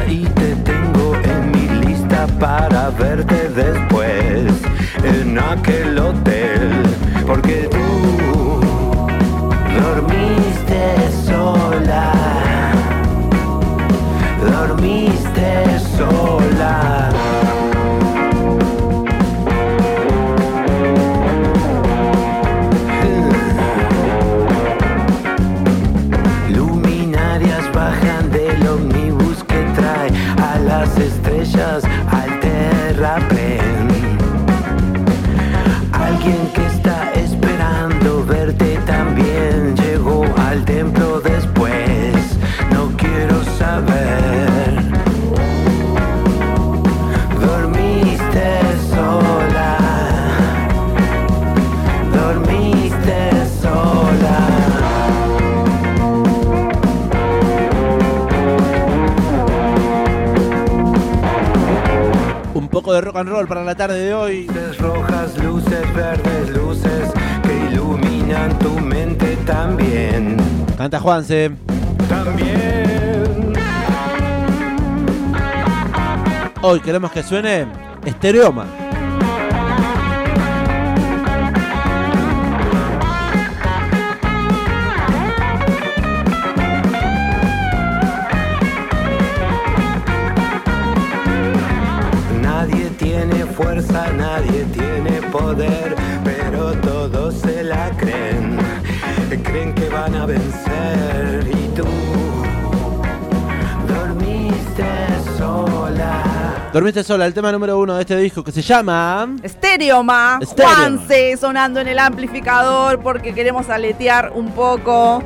y te tengo en mi lista para verte después en aquel hotel, porque tú dormiste sola, dormiste sola. Luminarias bajan del ómnibus que trae a las estrellas al terraplén. Alguien que está esperando verte también llegó al templo después. No quiero saber. Dormiste sola. Dormiste sola. Un poco de rock and roll para la tarde de hoy. Luces rojas, luces verdes, luces que iluminan tu mente también. Canta Juanse. También. Hoy queremos que suene Estereoma. Nadie tiene fuerza, nadie tiene poder, pero todos se la creen. Creen que van a vencer y tú dormiste sola. Dormiste sola, el tema número 1 de este disco que se llama Estereoma. Estereoma. Juanse sonando en el amplificador porque queremos aletear un poco.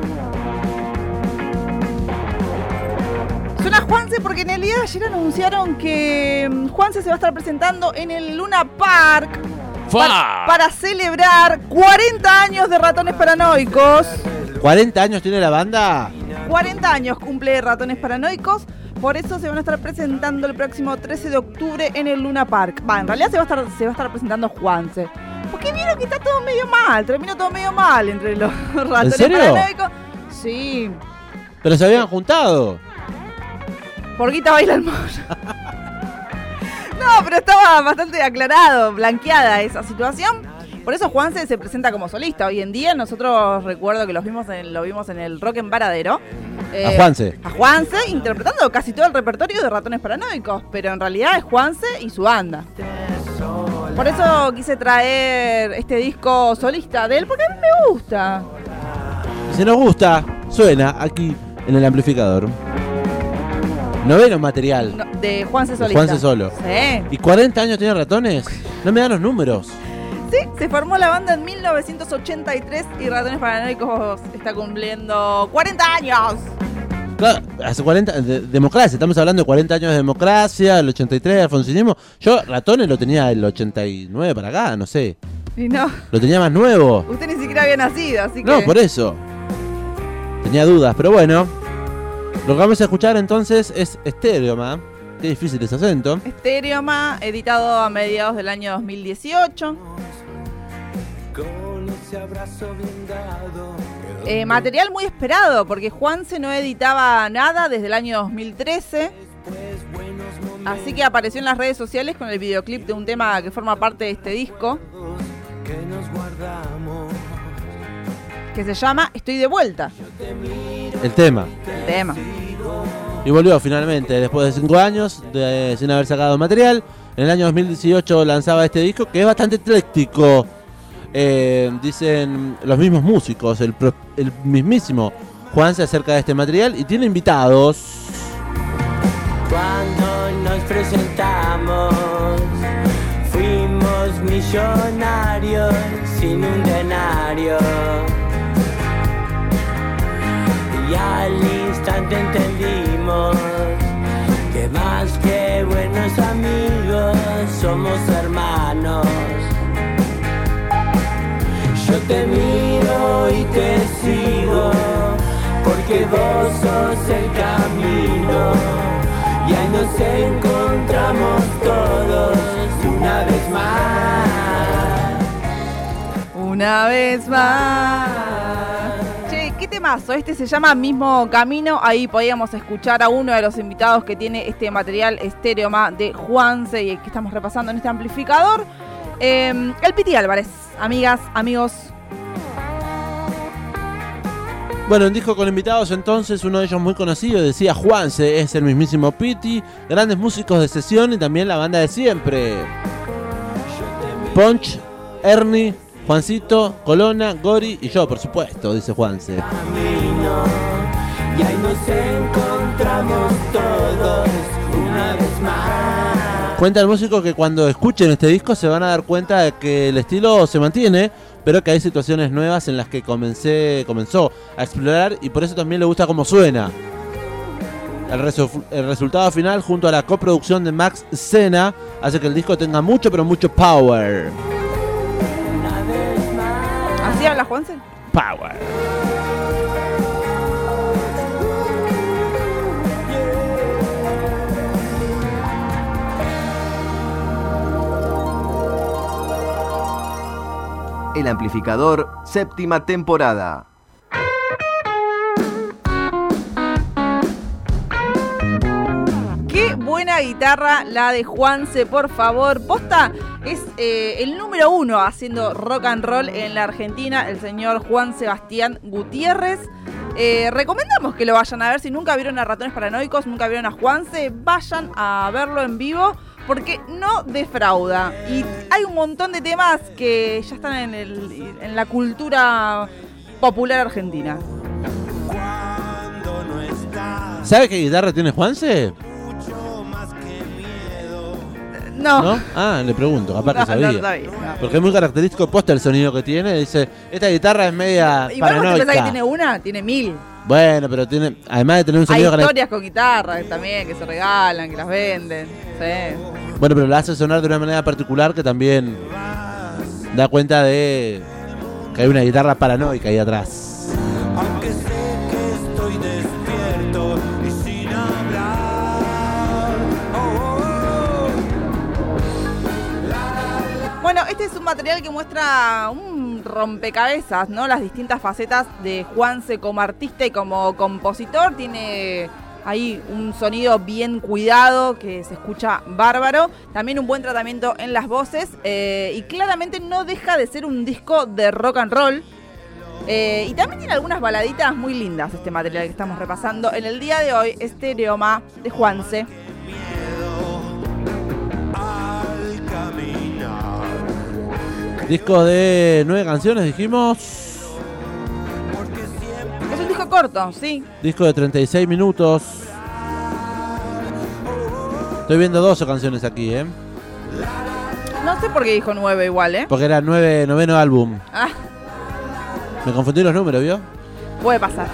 Suena Juanse porque en el día de ayer anunciaron que Juanse se va a estar presentando en el Luna Park para celebrar 40 años de Ratones Paranoicos. 40 años tiene la banda. 40 años cumple Ratones Paranoicos. Por eso se van a estar presentando el próximo 13 de octubre en el Luna Park. En realidad se va a estar presentando Juanse. Porque vieron que está todo medio mal. Terminó todo medio mal entre los Ratones serio? Paranoicos. Sí. Pero se habían juntado. Porquita baila el mono. No, pero estaba bastante aclarado, blanqueada esa situación. Por eso Juanse se presenta como solista. Hoy en día nosotros recuerdo que lo vimos en el Rock en Varadero. A Juanse. A Juanse interpretando casi todo el repertorio de Ratones Paranoicos. Pero en realidad es Juanse y su banda. Por eso quise traer este disco solista de él, porque a mí me gusta. Si nos gusta, suena aquí en el amplificador. Noveno material. No, de Juanse De solista. Juanse solo. Sí. ¿Y 40 años tiene Ratones? No me dan los números. Sí, se formó la banda en 1983 y Ratones Paranoicos está cumpliendo 40 años. Claro, hace 40, democracia, estamos hablando de 40 años de democracia, el 83 de alfonsinismo. Yo Ratones lo tenía del 89 para acá, no sé. Y no, Lo tenía más nuevo. usted ni siquiera había nacido, así que... No, por eso. Tenía dudas, pero bueno. Lo que vamos a escuchar entonces es Estereoma. Qué difícil ese acento. Estereoma, editado a mediados del año 2018. Con ese abrazo bien dado. Material muy esperado, porque Juanse no editaba nada desde el año 2013. Así que apareció en las redes sociales con el videoclip de un tema que forma parte de este disco, Que nos guardamos. que se llama Estoy de vuelta. El tema. El tema. Y volvió finalmente, después de 5 años sin haber sacado material. En el año 2018 lanzaba este disco que es bastante ecléctico. Dicen los mismos músicos, el mismísimo Juanse acerca de este material y tiene invitados. Cuando nos presentamos, fuimos millonarios sin un denario. Y al instante entendimos que más que buenos amigos somos hermanos. Yo te miro y te sigo, porque vos sos el camino. Y ahí nos encontramos todos una vez más. Una vez más. Che, ¿qué temazo. Este se llama Mismo Camino. Ahí podíamos escuchar a uno de los invitados que tiene este material Estereoma de Juanse y que estamos repasando en este amplificador. El Piti Álvarez. Amigas, amigos. Bueno, en disco con invitados entonces, uno de ellos muy conocido, decía Juanse, es el mismísimo Piti, grandes músicos de sesión y también la banda de siempre. Ponch, Ernie, Juancito, Colonna, Gori y yo, por supuesto, dice Juanse. Y ahí nos encontramos todos una vez más. Cuenta el músico que cuando escuchen este disco se van a dar cuenta de que el estilo se mantiene, pero que hay situaciones nuevas en las que comenzó a explorar y por eso también le gusta cómo suena. El resultado final, junto a la coproducción de Max Sena, hace que el disco tenga mucho, pero mucho power. ¿Así habla Juanse? Power. El Amplificador, séptima temporada. Qué buena guitarra la de Juanse, por favor. Posta es el número 1 haciendo rock and roll en la Argentina, el señor Juan Sebastián Gutiérrez. Recomendamos que lo vayan a ver. Si nunca vieron a Ratones Paranoicos, nunca vieron a Juanse, vayan a verlo en vivo porque no defrauda. Y hay un montón de temas que ya están en la cultura popular argentina. ¿Sabe qué guitarra tiene Juanse? No. Ah, le pregunto, capaz que sabía. No sabía, no. Porque es muy característico posta el sonido que tiene. Dice, esta guitarra es media ¿Y vos te paranoica. pensás que tiene una? Tiene 1000. Bueno, pero tiene, además de tener un Hay sonido historias con guitarras también que se regalan, que las venden. Sí. Bueno, pero la hace sonar de una manera particular que también da cuenta de que hay una guitarra paranoica ahí atrás. Aunque sé que estoy despierto y sin hablar. Bueno, este es un material que muestra un rompecabezas, ¿no? Las distintas facetas de Juanse como artista y como compositor. Tiene ahí un sonido bien cuidado que se escucha bárbaro. También un buen tratamiento en las voces. Y claramente no deja de ser un disco de rock and roll. Y también tiene algunas baladitas muy lindas este material que estamos repasando en el día de hoy. Estereoma de Juanse. Disco de 9 canciones, dijimos. Es un disco corto, sí. Disco de 36 minutos. Estoy viendo 12 canciones aquí, ¿eh? No sé por qué dijo 9 igual, ¿eh? Porque era noveno álbum. Ah, Me confundí los números, ¿vio? puede pasar.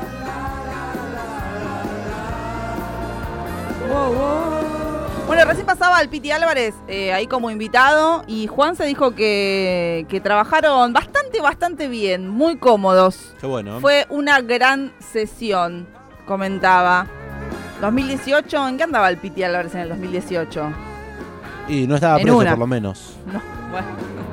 Bueno, recién pasaba al Piti Álvarez ahí como invitado y Juan se dijo que trabajaron bastante bien, muy cómodos. Qué bueno. Fue una gran sesión, comentaba. 2018, ¿en qué andaba el Piti Álvarez en el 2018? Y no estaba en preso, una. por lo menos. No, bueno.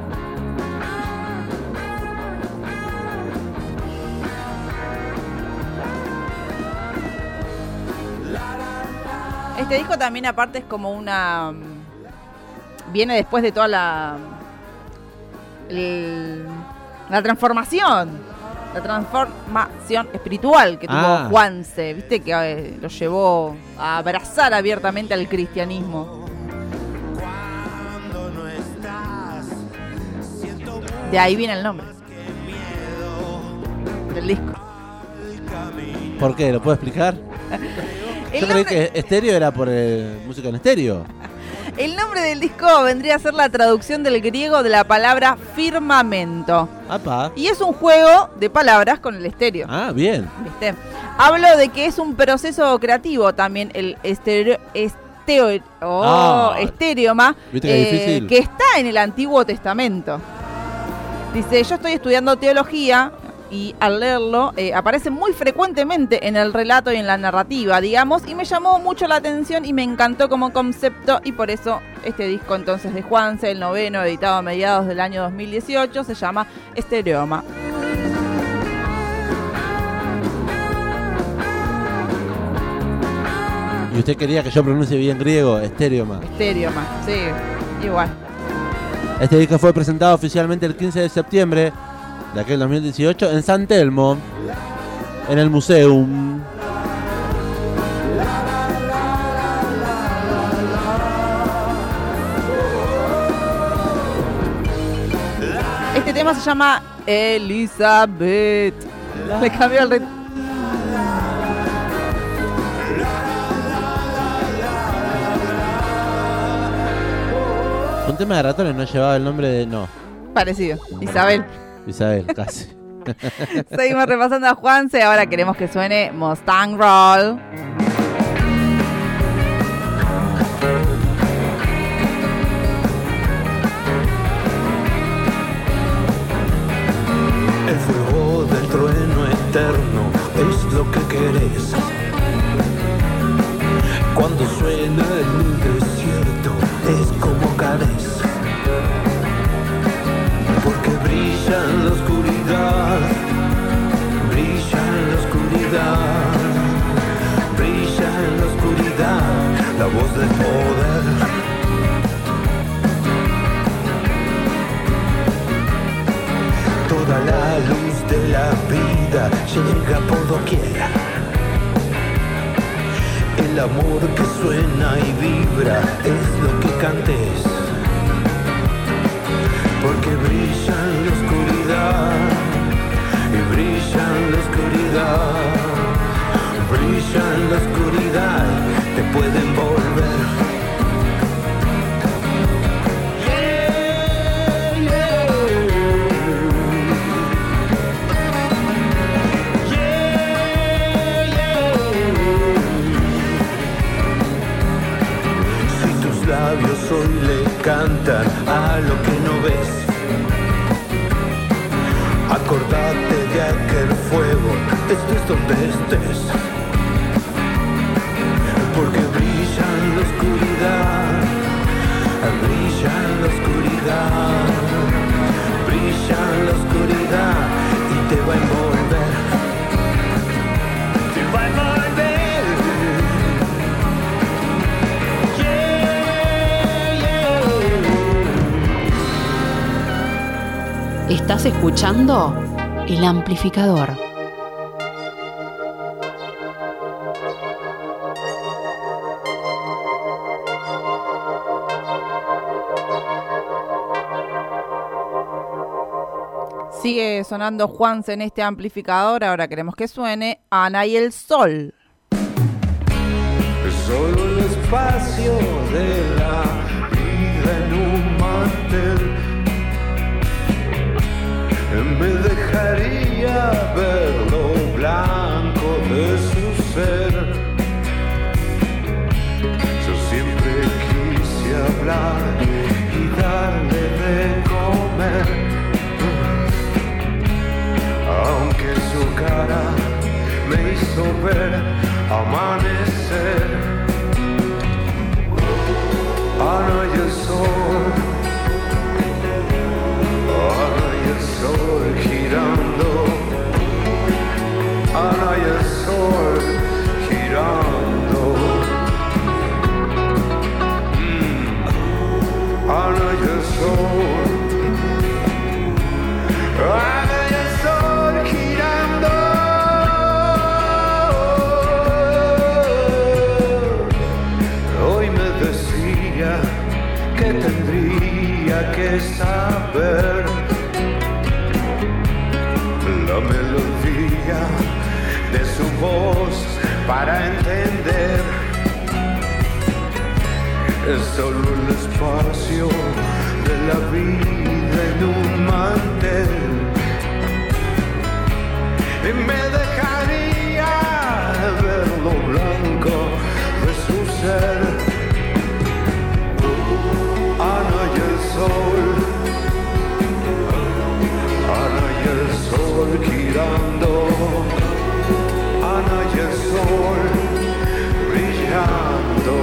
Este disco también aparte es como una... Viene después de toda la transformación. La transformación espiritual que tuvo Juanse. Viste que lo llevó a abrazar abiertamente al cristianismo. De ahí viene el nombre del disco. ¿Por qué? ¿Lo puedo explicar? Yo creí que estéreo era por música en estéreo. El nombre del disco vendría a ser la traducción del griego de la palabra firmamento. Apa. Y es un juego de palabras con el estéreo. Ah, bien. ¿Viste? Hablo de que es un proceso creativo también el estereoma ¿Viste que es difícil? que está en el Antiguo Testamento. Dice, yo estoy estudiando teología y al leerlo aparece muy frecuentemente en el relato y en la narrativa, digamos, y me llamó mucho la atención y me encantó como concepto y por eso este disco entonces de Juanse, el noveno, editado a mediados del año 2018, se llama Estereoma. Y usted quería que yo pronuncie bien griego, Stereoma. Stereoma, sí, igual. Este disco fue presentado oficialmente el 15 de septiembre de aquel 2018 en San Telmo, en el Museum. Este tema se llama Elizabeth. Le cambió el ritmo. Un tema de ratones no llevaba el nombre de... No, Parecido. Isabel. Isabel, casi. Seguimos repasando a Juanse. Ahora queremos que suene Mustang Roll. El fuego del trueno eterno es lo que querés. Cuando suena en el desierto es como caes. Porque brilla en la oscuridad, brilla en la oscuridad, brilla en la oscuridad, la voz del poder. Toda la luz de la vida llega por doquier. El amor que suena y vibra es lo que cantes. Porque brilla en la oscuridad y brilla en la oscuridad, brilla en la oscuridad, te puede envolver. Labios hoy le cantan a lo que no ves. Acordate de aquel fuego, estés donde estés. Porque brilla en la oscuridad, brilla en la oscuridad, brilla en la oscuridad y te va a envolver. Te va a envolver. Estás escuchando El Amplificador. Sigue sonando Juanse en este amplificador. Ahora queremos que suene Ana y el Sol. Solo el espacio de la vida en un mantel me dejaría ver lo blanco de su ser. Yo siempre quise hablar y darle de comer, aunque su cara me hizo ver amanecer. Ana y el sol, Ana y el sol girando, Ana y el sol girando, Ana y el sol, Ana y el sol girando. Hoy me decía que tendría que saber la melodía de su voz para entender. Es solo el espacio de la vida en un mantel y me dejaría ver lo blanco de su ser. Ana y el sol, Ana y el sol girando, Ana y el sol brillando,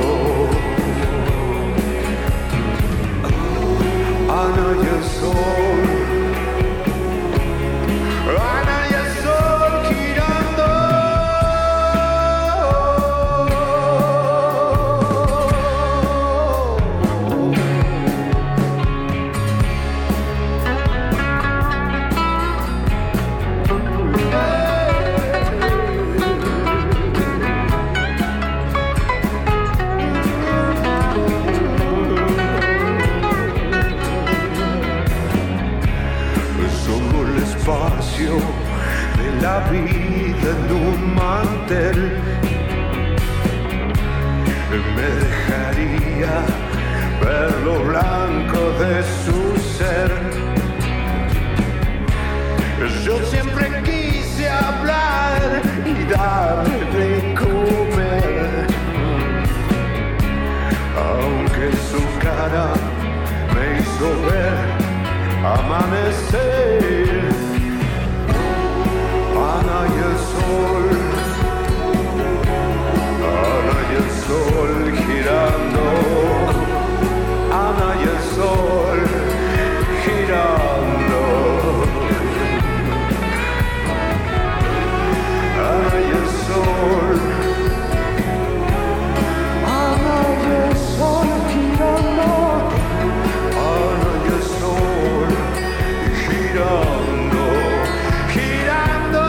Ana y el sol, Ana y el sol girando. la vida en un mantel. Me dejaría ver lo blanco de su ser. Yo siempre quise hablar y dar de comer, aunque su cara me hizo ver amanecer. Ana y el sol, Ana y el sol girando, Ana y el sol girando, Ana y el sol, Ana y el sol girando, Ana y el sol girando, girando.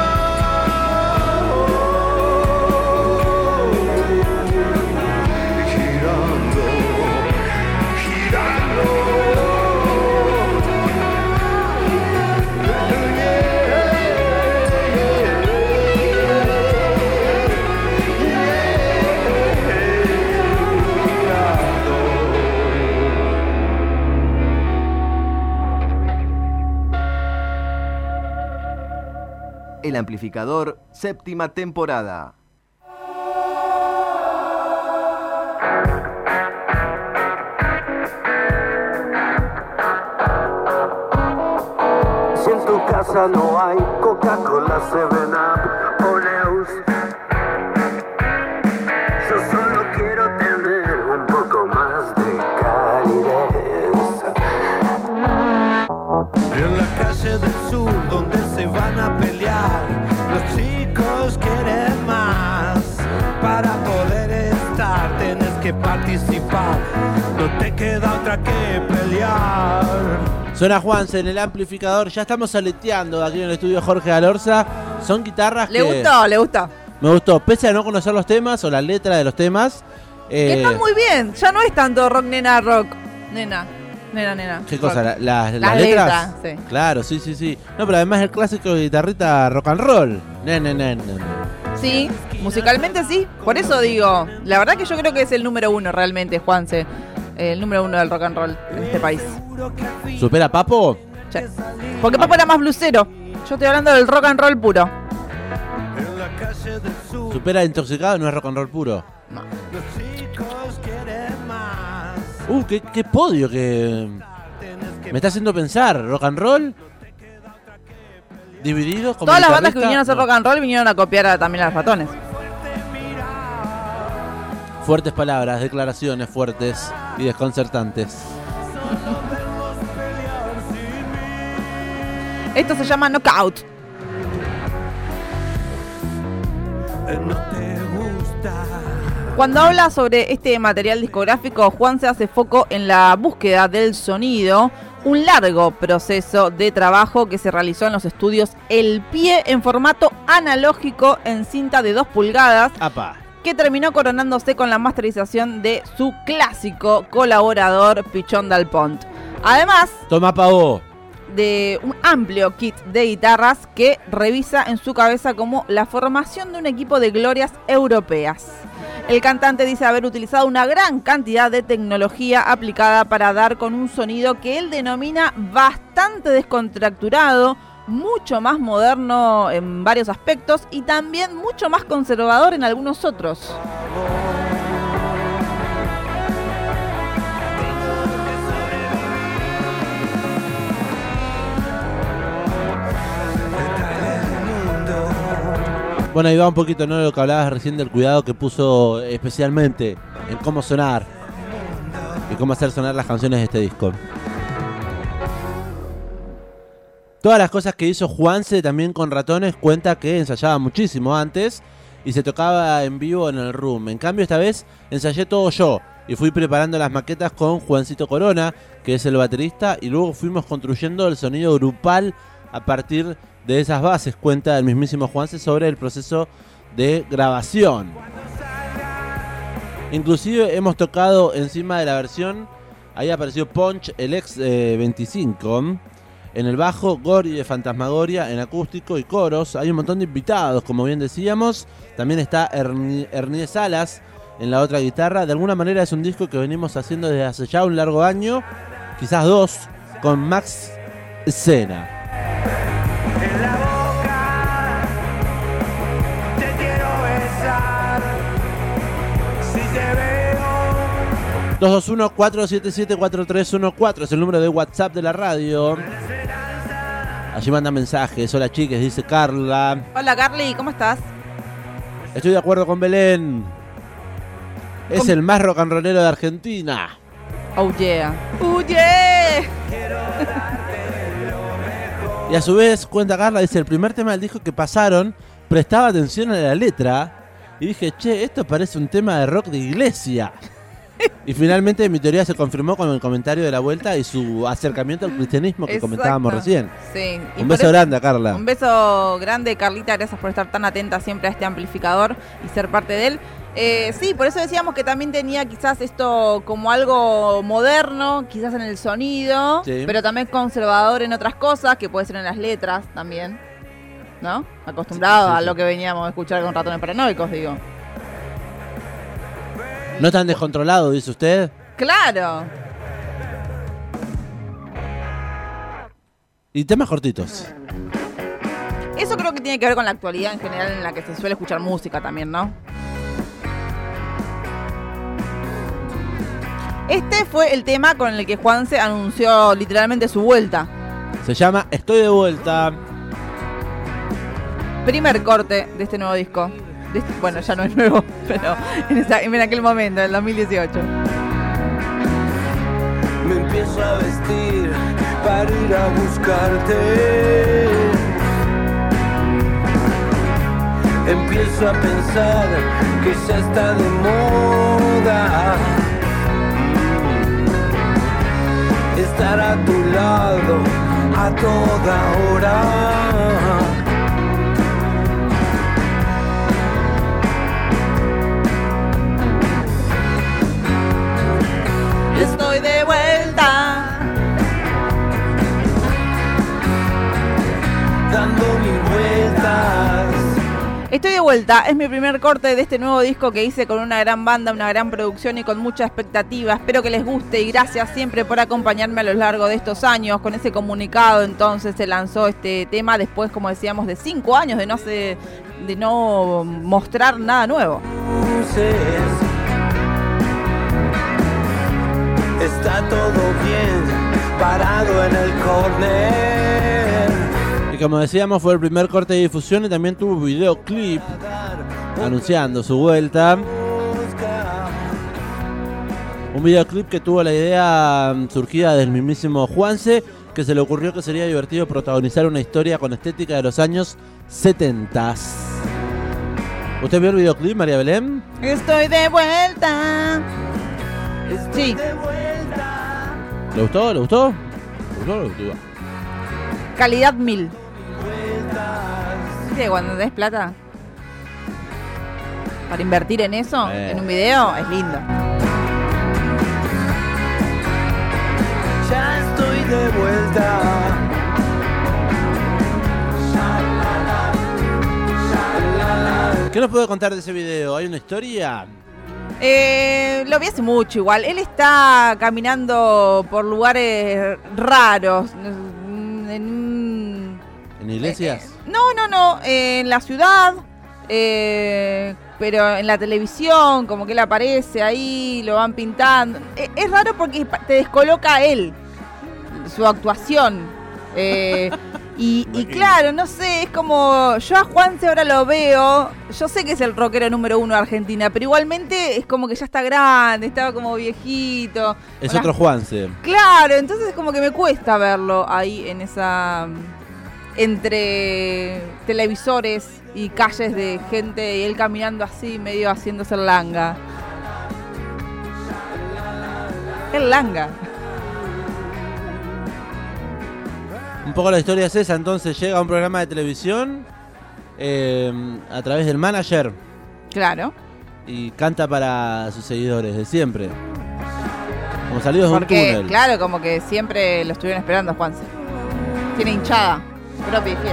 El Amplificador, séptima temporada. Si en tu casa no hay Coca-Cola, 7-Up o Neus, yo solo quiero tener un poco más de calidez. En la calle del sur donde se van a pelear, los chicos quieren más. Para poder estar tenés que participar, no te queda otra que pelear. Suena Juanse en el amplificador. Ya estamos aleteando aquí en el estudio Jorge Alorza. Son guitarras ¿Le gustó? ¿Le gustó? Me gustó. Pese a no conocer los temas o la letra de los temas. Que está muy bien. Ya no es tanto rock, nena, rock. Nena. ¿Qué rock. cosa? ¿Las Las letras? sí. Claro, sí. No, pero además el clásico de guitarrita rock and roll. Sí, musicalmente sí. Por eso digo, la verdad que yo creo que es el número uno realmente, Juanse. El número uno del rock and roll en este país. ¿Supera a Papo? Sí. Porque Papo era más blusero. Yo estoy hablando del rock and roll puro. ¿Supera a Intoxicado? No es rock and roll puro. No. Qué podio que me está haciendo pensar. Rock and roll dividido como todas las bandas que guitarrista, vinieron a hacer rock and roll vinieron a copiar también a los Ratones. Fuertes palabras, declaraciones fuertes y desconcertantes. Esto se llama Knockout. Cuando habla sobre este material discográfico, Juan se hace foco en la búsqueda del sonido, un largo proceso de trabajo que se realizó en los estudios El Pie en formato analógico en cinta de 2 pulgadas, ¡Apa! que terminó coronándose con la masterización de su clásico colaborador Pichón Dal Pont. Además, Toma pavo. de un amplio kit de guitarras que revisa en su cabeza como la formación de un equipo de glorias europeas. El cantante dice haber utilizado una gran cantidad de tecnología aplicada para dar con un sonido que él denomina bastante descontracturado, mucho más moderno en varios aspectos y también mucho más conservador en algunos otros. Bueno, ahí va un poquito, ¿no? Lo que hablabas recién del cuidado que puso especialmente en cómo sonar y cómo hacer sonar las canciones de este disco. Todas las cosas que hizo Juanse también con Ratones, cuenta que ensayaba muchísimo antes y se tocaba en vivo en el room. En cambio, esta vez ensayé todo yo y fui preparando las maquetas con Juancito Corona, que es el baterista, y luego fuimos construyendo el sonido grupal a partir de esas bases, cuenta el mismísimo Juanse sobre el proceso de grabación. Inclusive hemos tocado encima de la versión, ahí apareció Punch, el ex 25, en el bajo, Gori de Fantasmagoria en acústico y coros. Hay un montón de invitados, como bien decíamos. También está Ernie Salas en la otra guitarra. De alguna manera es un disco que venimos haciendo desde hace ya un largo año, quizás 2, con Max Sena. En la boca te quiero besar. Si te veo 221-477-4314 es el número de WhatsApp de la radio. Allí manda mensajes. Hola chiques, dice Carla. Hola Carly, ¿cómo estás? Estoy de acuerdo con Belén. Es el más rock and rollero de Argentina. Oh yeah. Oh yeah. Y a su vez, cuenta Carla, dice, el primer tema del disco que pasaron, prestaba atención a la letra y dije, che, esto parece un tema de rock de iglesia. Y finalmente mi teoría se confirmó con el comentario de la vuelta y su acercamiento al cristianismo que Exacto. comentábamos recién. Sí. Y Un por beso eso- grande a Carla. Un beso grande, Carlita, gracias por estar tan atenta siempre a este amplificador y ser parte de él. Sí, por eso decíamos que también tenía quizás esto como algo moderno, quizás en el sonido, Sí. pero también conservador en otras cosas, que puede ser en las letras también, ¿no? Acostumbrado Sí, sí, a sí. lo que veníamos a escuchar con Ratones Paranoicos, digo. No tan descontrolado, dice usted. ¡Claro! Y temas cortitos. Eso creo que tiene que ver con la actualidad en general en la que se suele escuchar música también, ¿no? Este fue el tema con el que Juanse anunció literalmente su vuelta. Se llama Estoy de vuelta. Primer corte de este nuevo disco. Bueno, ya no es nuevo, pero en aquel momento, en el 2018. me empiezo a vestir para ir a buscarte. Empiezo a pensar que ya está de moda estar a tu lado a toda hora. Estoy de vuelta. Dando mil vueltas. Estoy de vuelta, es mi primer corte de este nuevo disco que hice con una gran banda, una gran producción y con mucha expectativa. Espero que les guste y gracias siempre por acompañarme a lo largo de estos años. Con ese comunicado entonces se lanzó este tema después, como decíamos, de 5 años de no mostrar nada nuevo. Está todo bien parado en el córner. Y como decíamos, fue el primer corte de difusión y también tuvo videoclip anunciando su vuelta. Un videoclip que tuvo la idea surgida del mismísimo Juanse, que se le ocurrió que sería divertido protagonizar una historia con estética de los años 70. ¿Usted vio el videoclip, María Belén? Estoy de vuelta. Sí, ¿Le gustó? ¿Le gustó? ¿Le gustó? ¿Le gustó? calidad 1000. ¿Viste que cuando tenés plata para invertir en eso, en un video, es lindo? Ya estoy de vuelta. ¿Qué nos puede contar de ese video? ¿Hay una historia? Lo vi hace mucho igual. Él está caminando por lugares raros. ¿En iglesias? No, en la ciudad, pero en la televisión, como que él aparece ahí, lo van pintando. Es raro porque te descoloca a él, su actuación. Y claro, no sé, es como, yo a Juanse ahora lo veo, yo sé que es el rockero número 1 de Argentina, pero igualmente es como que ya está grande, estaba como viejito. Es Con otro Juanse. Claro, entonces como que me cuesta verlo ahí en esa... entre televisores y calles de gente y él caminando así, medio haciéndose el langa. El langa. Un poco la historia es esa, entonces llega a un programa de televisión a través del manager Claro. y canta para sus seguidores de siempre. Como salidos de un Porque, túnel. claro, como que siempre lo estuvieron esperando a Juanse. Tiene hinchada. Propia y fiel.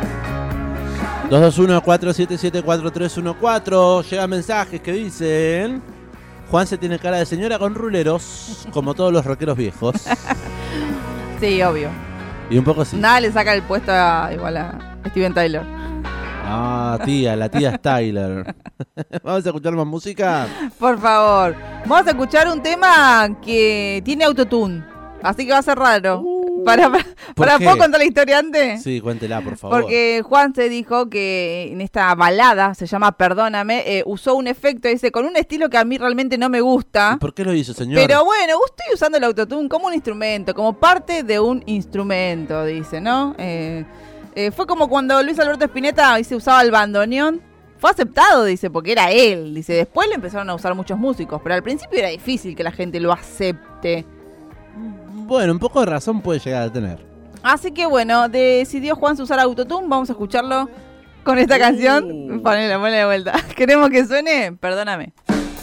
221-477-4314. Llegan mensajes que dicen: Juanse tiene cara de señora con ruleros, como todos los rockeros viejos. Sí, obvio. Y un poco sí. Nada le saca el puesto igual a Steven Tyler. Ah, tía, la tía Styler. Vamos a escuchar más música. Por favor. Vamos a escuchar un tema que tiene autotune. Así que va a ser raro. ¿Para qué? ¿Puedo contar la historia antes? Sí, cuéntela, por favor. Porque Juan se dijo que en esta balada, se llama Perdóname, usó un efecto, dice, con un estilo que a mí realmente no me gusta. ¿Y por qué lo hizo, señor? Pero bueno, estoy usando el autotune como un instrumento, como parte de un instrumento, dice, ¿no? Fue como cuando Luis Alberto Spinetta se usaba el bandoneón. Fue aceptado, dice, porque era él. Dice, después lo empezaron a usar muchos músicos, pero al principio era difícil que la gente lo acepte. Bueno, un poco de razón puede llegar a tener. Así que bueno, decidió Juan usar autotune. Vamos a escucharlo con esta canción. Ponela de vuelta. ¿Queremos que suene? Perdóname.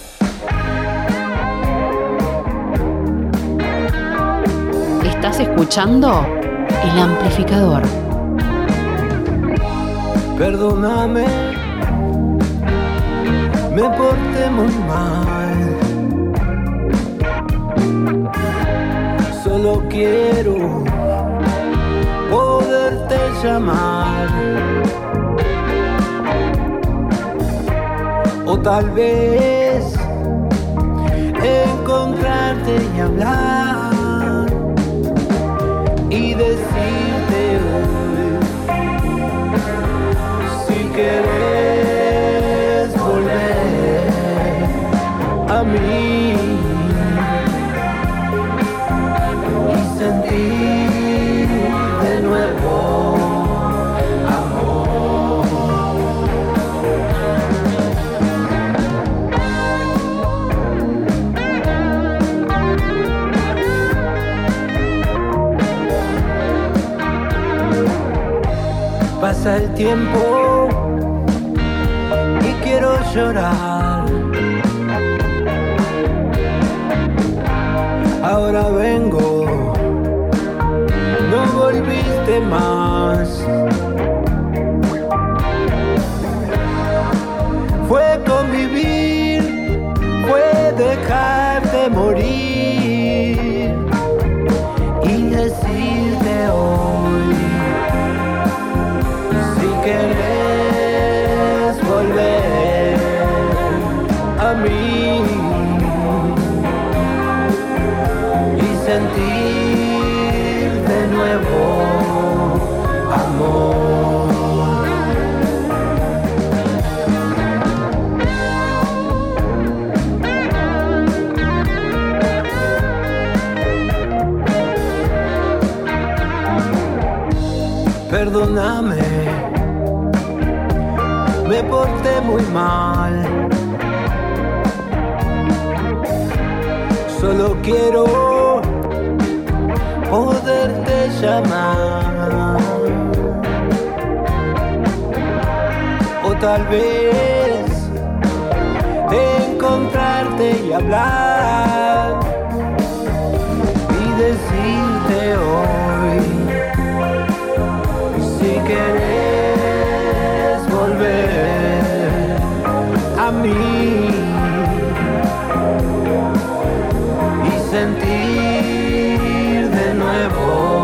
Estás escuchando El Amplificador. Perdóname, me porté muy mal. Solo quiero poderte llamar, o tal vez encontrarte y hablar y decirte hoy si quieres volver a mí y sentir de nuevo amor. Pasa el tiempo y quiero llorar. Ahora vengo, no volviste más. Fue convivir, fue dejarte morir y decirte hoy si querés volver a mí y sentir de nuevo amor. Perdóname, me porté muy mal. Solo quiero poderte llamar, o tal vez encontrarte y hablar y decirte hoy si querés volver a mí y sentir de nuevo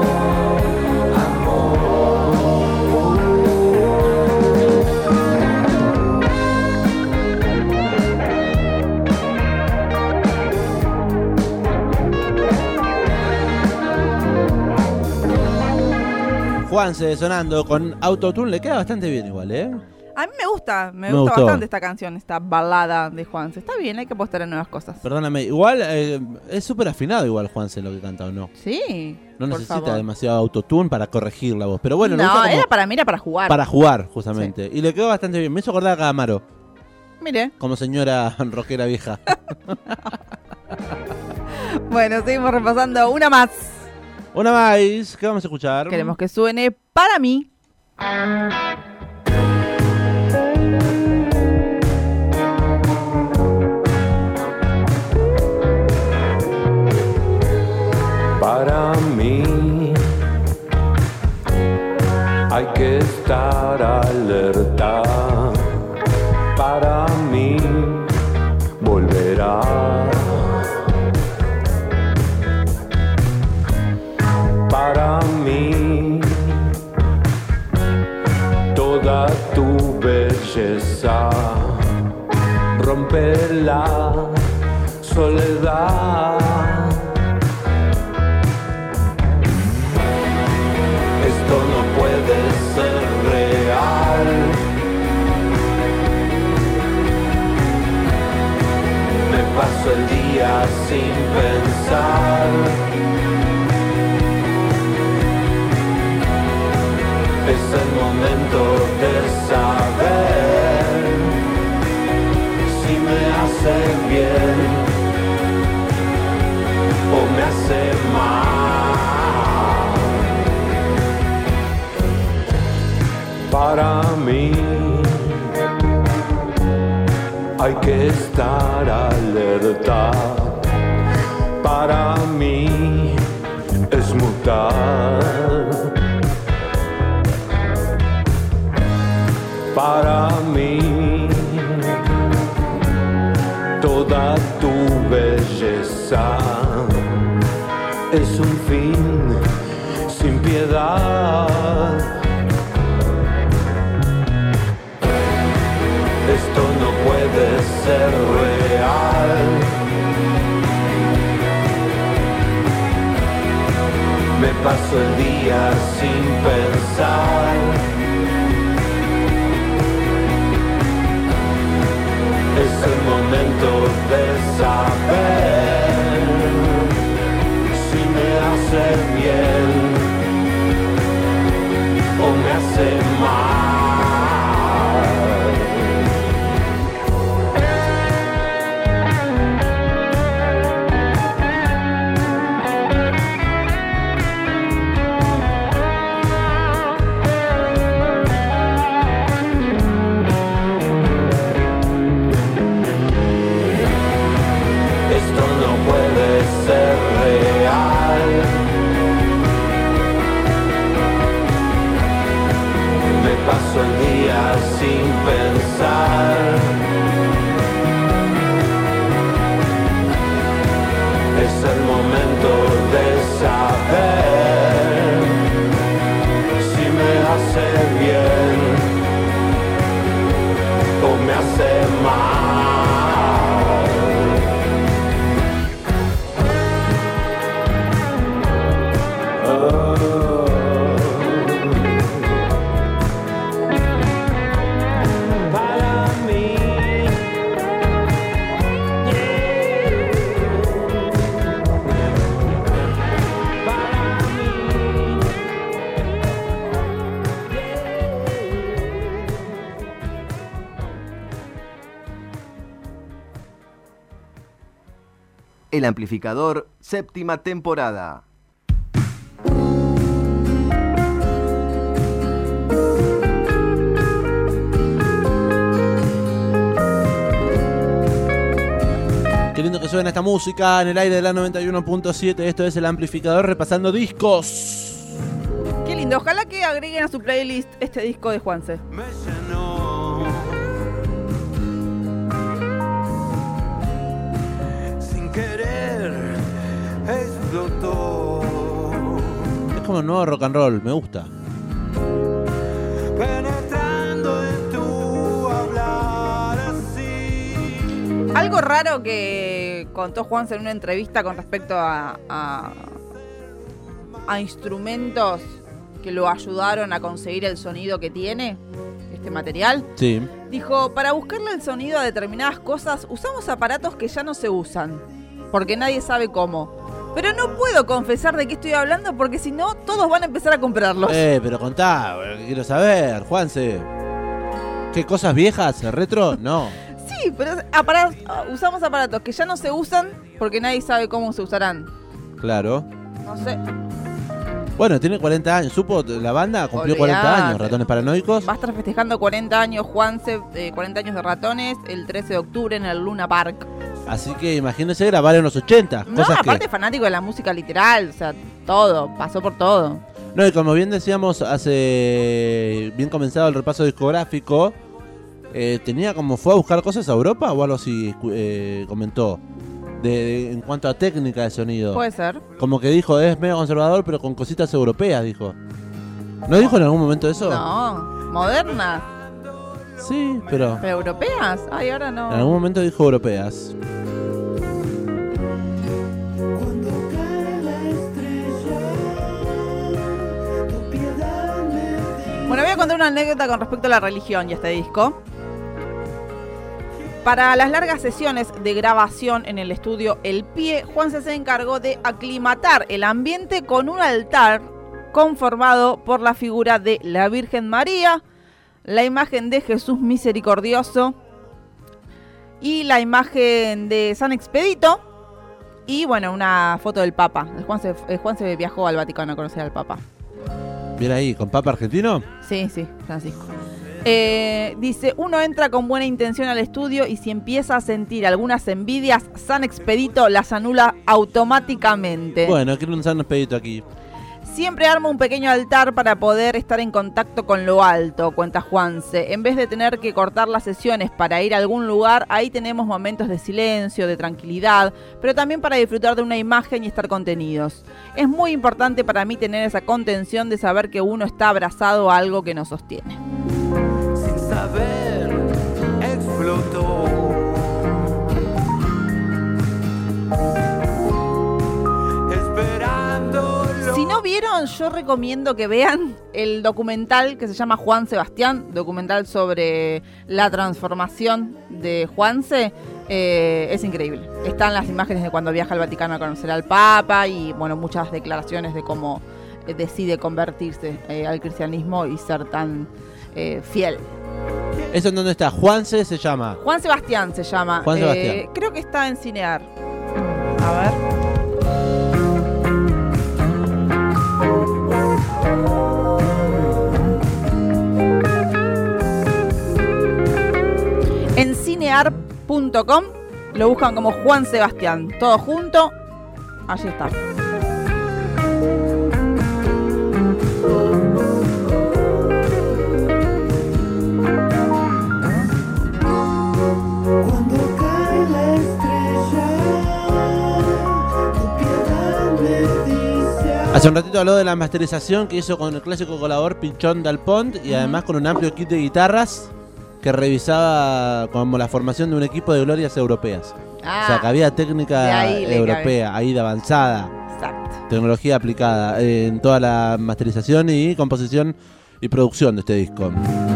amor. Juanse sonando con autotune, le queda bastante bien igual, ¿eh? A mí me gusta gustó bastante esta canción, esta balada de Juanse. Está bien, hay que apostar en nuevas cosas. Perdóname, igual es súper afinado igual Juanse lo que canta, ¿o no? Sí. No por necesita favor. demasiado autotune para corregir la voz, pero bueno, lo No, usa como era para mí, era para jugar. para jugar, justamente. Y le quedó bastante bien. Me hizo acordar a Calamaro, Mire. como señora rockera vieja. Bueno, seguimos repasando una más. Una más, ¿qué vamos a escuchar? Queremos que suene para mí. Para mí Hay que estar alerta, para mí volverá. Para mí toda tu belleza rompe la soledad. Esto no puede ser real. Me paso el día sin pensar. Es el momento de saber si me hace bien o me hace mal. Para mí hay que estar alerta. Para mí es mutar. Para mí toda tu belleza es un fin sin piedad. Esto no puede ser real. Me paso el día sin pensar. Es el momento de saber si me hace bien o me hace mal. Ser real. Me paso el día sin pensar. Es el momento de saber si me hace bien o me hace mal. El Amplificador, séptima temporada. Qué lindo que suena esta música en el aire de la 91.7. Esto es El Amplificador repasando discos. Qué lindo. Ojalá que agreguen a su playlist este disco de Juanse. Me llenó. Sin querer explotó. Es como un nuevo rock and roll, me gusta. Penetrando en tu hablar así. Algo raro que contó Juanse en una entrevista con respecto a instrumentos que lo ayudaron a conseguir el sonido que tiene, este material. Sí. Dijo, para buscarle el sonido a determinadas cosas usamos aparatos que ya no se usan, porque nadie sabe cómo. Pero no puedo confesar de qué estoy hablando porque si no, todos van a empezar a comprarlos. Pero contá, quiero saber, Juanse. ¿Qué cosas viejas? ¿Retro? No. Sí, pero usamos aparatos que ya no se usan porque nadie sabe cómo se usarán. Claro. No sé. Bueno, tiene 40 años. ¿Supo? La banda cumplió 40 años, Ratones Paranoicos. Va a estar festejando 40 años Juanse, 40 años de Ratones, el 13 de octubre en el Luna Park. Así que imagínense grabar en los 80. No, Cosas aparte que... fanático de la música literal, o sea, todo, pasó por todo. No, y como bien decíamos hace bien comenzado el repaso discográfico, fue a buscar cosas a Europa o algo así, comentó, en cuanto a técnica de sonido. Puede ser. Como que dijo, es medio conservador, pero con cositas europeas, dijo. ¿No dijo en algún momento eso? No, modernas. Sí, pero ¿Pero europeas? Ay, ahora no. en algún momento dijo europeas. Bueno, voy a contar una anécdota con respecto a la religión y este disco. Para las largas sesiones de grabación en el estudio El Pie, Juanse se encargó de aclimatar el ambiente con un altar conformado por la figura de la Virgen María, la imagen de Jesús Misericordioso y la imagen de San Expedito y, bueno, una foto del Papa. Juanse viajó al Vaticano a conocer al Papa. ¿Bien ahí, con Papa argentino? Sí, Francisco. Dice, uno entra con buena intención al estudio y si empieza a sentir algunas envidias, San Expedito las anula automáticamente. Bueno, quiero un San Expedito aquí. Siempre armo un pequeño altar para poder estar en contacto con lo alto, cuenta Juanse. En vez de tener que cortar las sesiones para ir a algún lugar, ahí tenemos momentos de silencio, de tranquilidad, pero también para disfrutar de una imagen y estar contenidos. Es muy importante para mí tener esa contención de saber que uno está abrazado a algo que nos sostiene. Sin saber, explotó. Si no vieron, yo recomiendo que vean el documental que se llama Juan Sebastián, documental sobre la transformación de Juanse. Es increíble. Están las imágenes de cuando viaja al Vaticano a conocer al Papa y, bueno, muchas declaraciones de cómo decide convertirse al cristianismo y ser tan fiel. ¿Eso en dónde está? ¿Juanse se llama? Juan Sebastián se llama. Juan Sebastián. Creo que está en Cinear. A ver. En cinear.com lo buscan como Juan Sebastián. Todo junto. Allí está. Cuando cae la estrella, tu piedad me dice. Hace un ratito habló de la masterización que hizo con el clásico colador Pichón Dalpont y además con un amplio kit de guitarras que revisaba como la formación de un equipo de glorias europeas. O sea, que había técnica europea, ahí de avanzada. Exacto. Tecnología aplicada en toda la masterización y composición y producción de este disco.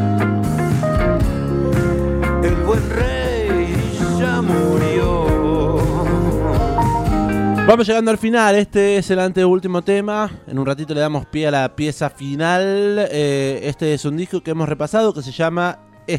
El buen rey ya murió. Vamos llegando al final, este es el anteúltimo tema. En un ratito le damos pie a la pieza final. Este es un disco que hemos repasado que se llama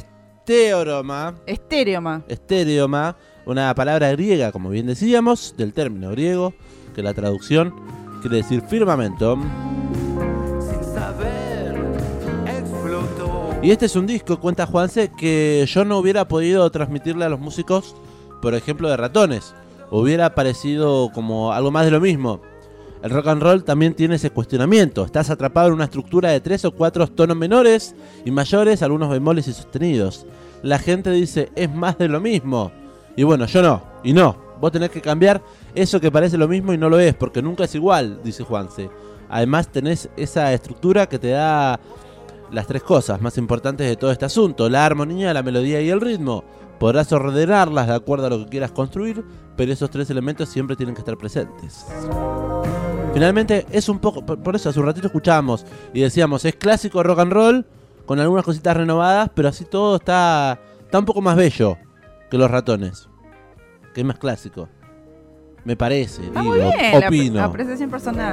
Estéreoma, una palabra griega, como bien decíamos, del término griego, que la traducción quiere decir firmamento. Sin saber, explotó. Y este es un disco, cuenta Juanse, que yo no hubiera podido transmitirle a los músicos, por ejemplo, de Ratones. Hubiera parecido como algo más de lo mismo. El rock and roll también tiene ese cuestionamiento. Estás atrapado en una estructura de 3 o 4 tonos menores y mayores, algunos bemoles y sostenidos. La gente dice, es más de lo mismo. Y bueno, yo no. Y no. Vos tenés que cambiar eso que parece lo mismo y no lo es, porque nunca es igual, dice Juanse. Además tenés esa estructura que te da las 3 cosas más importantes de todo este asunto. La armonía, la melodía y el ritmo. Podrás ordenarlas de acuerdo a lo que quieras construir, pero esos 3 elementos siempre tienen que estar presentes. Finalmente es un poco, por eso hace un ratito escuchábamos y decíamos, es clásico rock and roll con algunas cositas renovadas, pero así todo está un poco más bello que los Ratones, que es más clásico. Me parece, Está digo, muy bien, opino. la apreciación personal.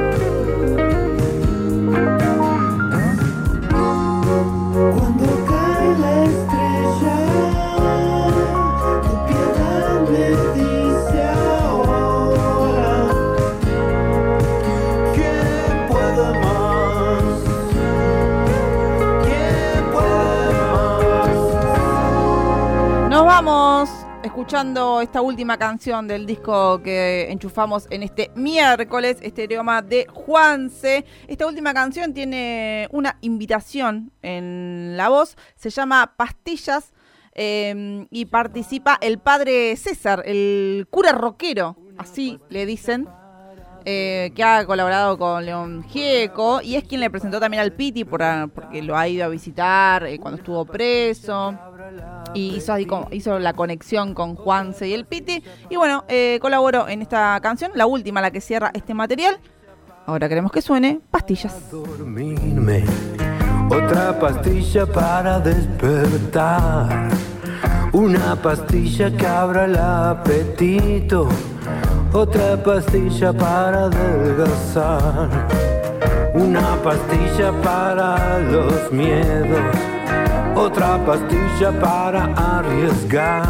Cuando cae la estrella, tu piedad me dice ahora. ¿Quién puede más? ¿Quién puede más? Nos vamos escuchando esta última canción del disco que enchufamos en este miércoles, Estereoma de Juanse. Esta última canción tiene una invitación en la voz, se llama Pastillas, y participa el padre César, el cura rockero, así le dicen, que ha colaborado con León Gieco y es quien le presentó también al Piti porque lo ha ido a visitar cuando estuvo preso y hizo la conexión con Juanse y el Piti y bueno, colaboró en esta canción, la última, la que cierra este material. Ahora queremos que suene Pastillas. Dormirme, otra pastilla para despertar, una pastilla que abra el apetito, otra pastilla para adelgazar, una pastilla para los miedos, otra pastilla para arriesgar,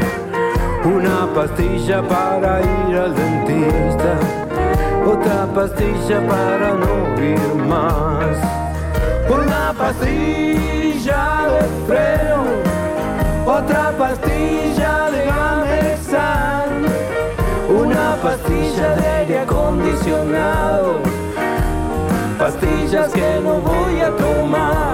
una pastilla para ir al dentista, otra pastilla para no ir más, una pastilla de freno, otra pastilla de Gamexan, una pastilla de aire acondicionado, pastillas que no voy a tomar,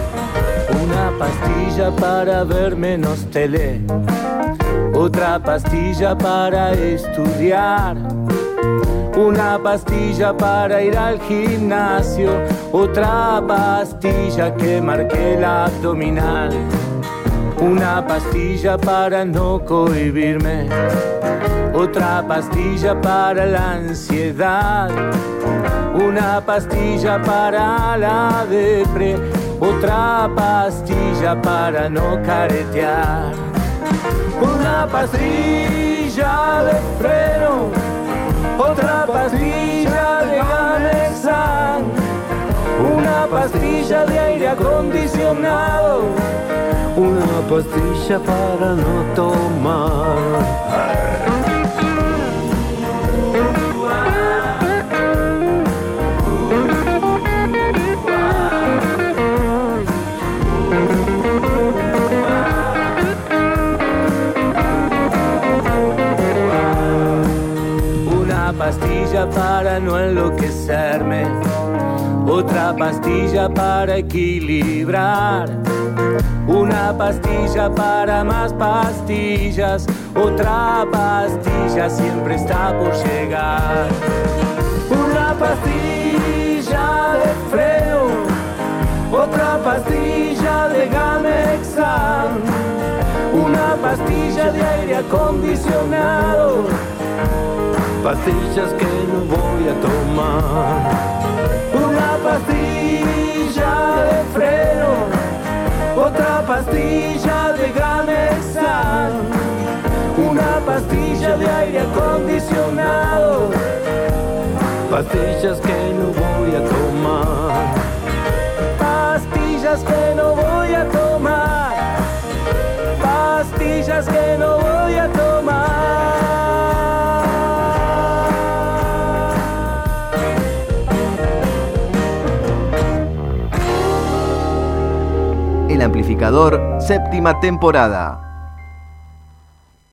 una pastilla para ver menos tele, otra pastilla para estudiar, una pastilla para ir al gimnasio, otra pastilla que marque la abdominal, una pastilla para no cohibirme, otra pastilla para la ansiedad, una pastilla para la depre, otra pastilla para no caretear, una pastilla de freno, otra pastilla de Gamexan, una pastilla de aire acondicionado, una pastilla para no tomar. Una pastilla para no enloquecerme, otra pastilla para equilibrar, una pastilla para más pastillas, otra pastilla siempre está por llegar, una pastilla de freno, otra pastilla de Gamexan, una pastilla de aire acondicionado, pastillas que no voy a tomar, una pastilla de freno, otra pastilla de Gamexan, una pastilla de aire acondicionado, pastillas que no voy a tomar, pastillas que no voy a tomar, pastillas que no voy a tomar. El Amplificador, séptima temporada.